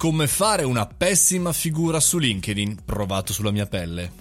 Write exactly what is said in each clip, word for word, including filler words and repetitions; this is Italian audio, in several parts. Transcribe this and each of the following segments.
Come fare una pessima figura su LinkedIn, provato sulla mia pelle.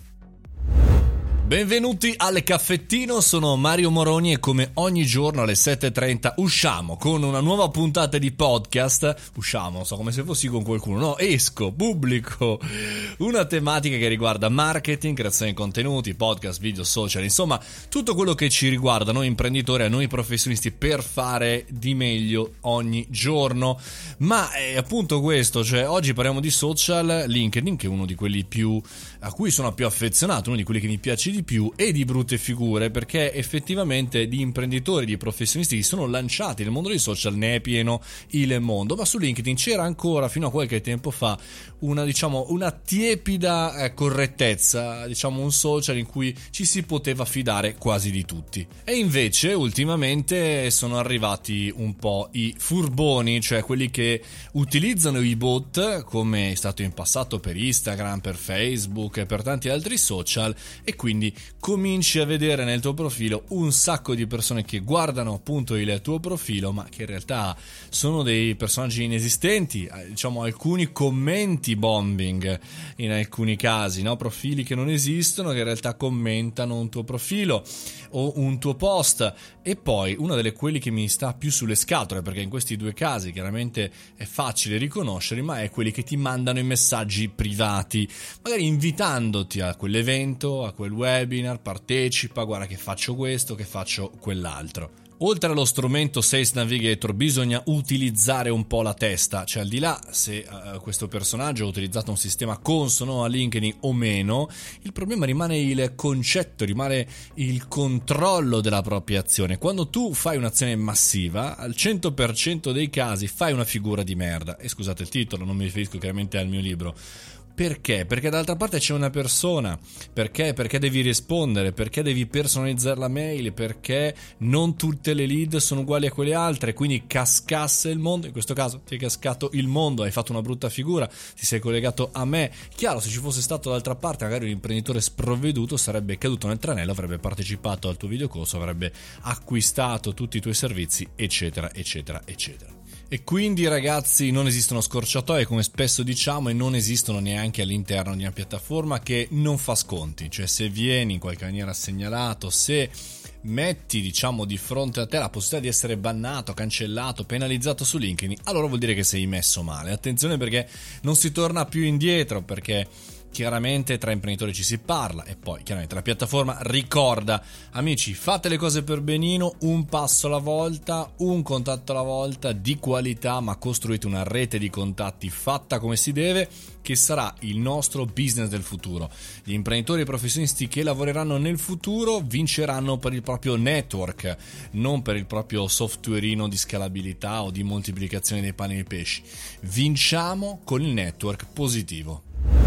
Benvenuti al caffettino, sono Mario Moroni e come ogni giorno alle sette e trenta usciamo con una nuova puntata di podcast. Usciamo, non so, come se fossi con qualcuno, no, esco, pubblico una tematica che riguarda marketing, creazione di contenuti, podcast, video, social, insomma tutto quello che ci riguarda a noi imprenditori, a noi professionisti per fare di meglio ogni giorno. Ma è appunto questo, cioè oggi parliamo di social, LinkedIn, che è uno di quelli più a cui sono più affezionato, uno di quelli che mi piace di più, e di brutte figure, perché effettivamente di imprenditori, di professionisti che sono lanciati nel mondo dei social ne è pieno il mondo. Ma su LinkedIn c'era ancora fino a qualche tempo fa una, diciamo, una tiepida eh, correttezza, diciamo un social in cui ci si poteva fidare quasi di tutti. E invece ultimamente sono arrivati un po' i furboni, cioè quelli che utilizzano i bot, come è stato in passato per Instagram, per Facebook e per tanti altri social, e quindi cominci a vedere nel tuo profilo un sacco di persone che guardano appunto il tuo profilo, ma che in realtà sono dei personaggi inesistenti, diciamo alcuni commenti bombing in alcuni casi, no? Profili che non esistono che in realtà commentano un tuo profilo o un tuo post. E poi una delle quelli che mi sta più sulle scatole, perché in questi due casi chiaramente è facile riconoscerli, ma è quelli che ti mandano i messaggi privati, magari invitandoti a quell'evento, a quel webinar, partecipa, guarda che faccio questo, che faccio quell'altro. Oltre allo strumento Sales Navigator bisogna utilizzare un po' la testa, cioè al di là se uh, questo personaggio ha utilizzato un sistema consono a LinkedIn o meno, il problema rimane il concetto, rimane il controllo della propria azione. Quando tu fai un'azione massiva, al cento per cento dei casi fai una figura di merda, e scusate il titolo, non mi riferisco chiaramente al mio libro. Perché? Perché dall'altra parte c'è una persona. Perché? Perché devi rispondere, perché devi personalizzare la mail, perché non tutte le lead sono uguali a quelle altre, quindi cascasse il mondo. In questo caso ti è cascato il mondo, hai fatto una brutta figura, ti sei collegato a me. Chiaro, se ci fosse stato dall'altra parte magari un imprenditore sprovveduto sarebbe caduto nel tranello, avrebbe partecipato al tuo videocorso, avrebbe acquistato tutti i tuoi servizi, eccetera, eccetera, eccetera. E quindi ragazzi non esistono scorciatoie, come spesso diciamo, e non esistono neanche all'interno di una piattaforma che non fa sconti. Cioè se vieni in qualche maniera segnalato, se metti diciamo di fronte a te la possibilità di essere bannato, cancellato, penalizzato su LinkedIn, allora vuol dire che sei messo male. Attenzione, perché non si torna più indietro, perché chiaramente tra imprenditori ci si parla e poi chiaramente la piattaforma ricorda: amici, fate le cose per benino, un passo alla volta, un contatto alla volta, di qualità, ma costruite una rete di contatti fatta come si deve, che sarà il nostro business del futuro. Gli imprenditori e i professionisti che lavoreranno nel futuro vinceranno per il proprio network, non per il proprio softwareino di scalabilità o di moltiplicazione dei pani di pesci. Vinciamo con il network positivo.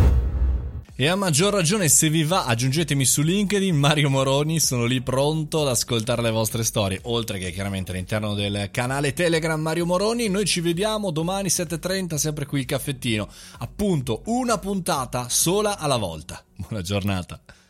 E a maggior ragione, se vi va, aggiungetemi su LinkedIn, Mario Moroni, sono lì pronto ad ascoltare le vostre storie, oltre che chiaramente all'interno del canale Telegram Mario Moroni. Noi ci vediamo domani sette e trenta, sempre qui il caffettino, appunto una puntata sola alla volta. Buona giornata.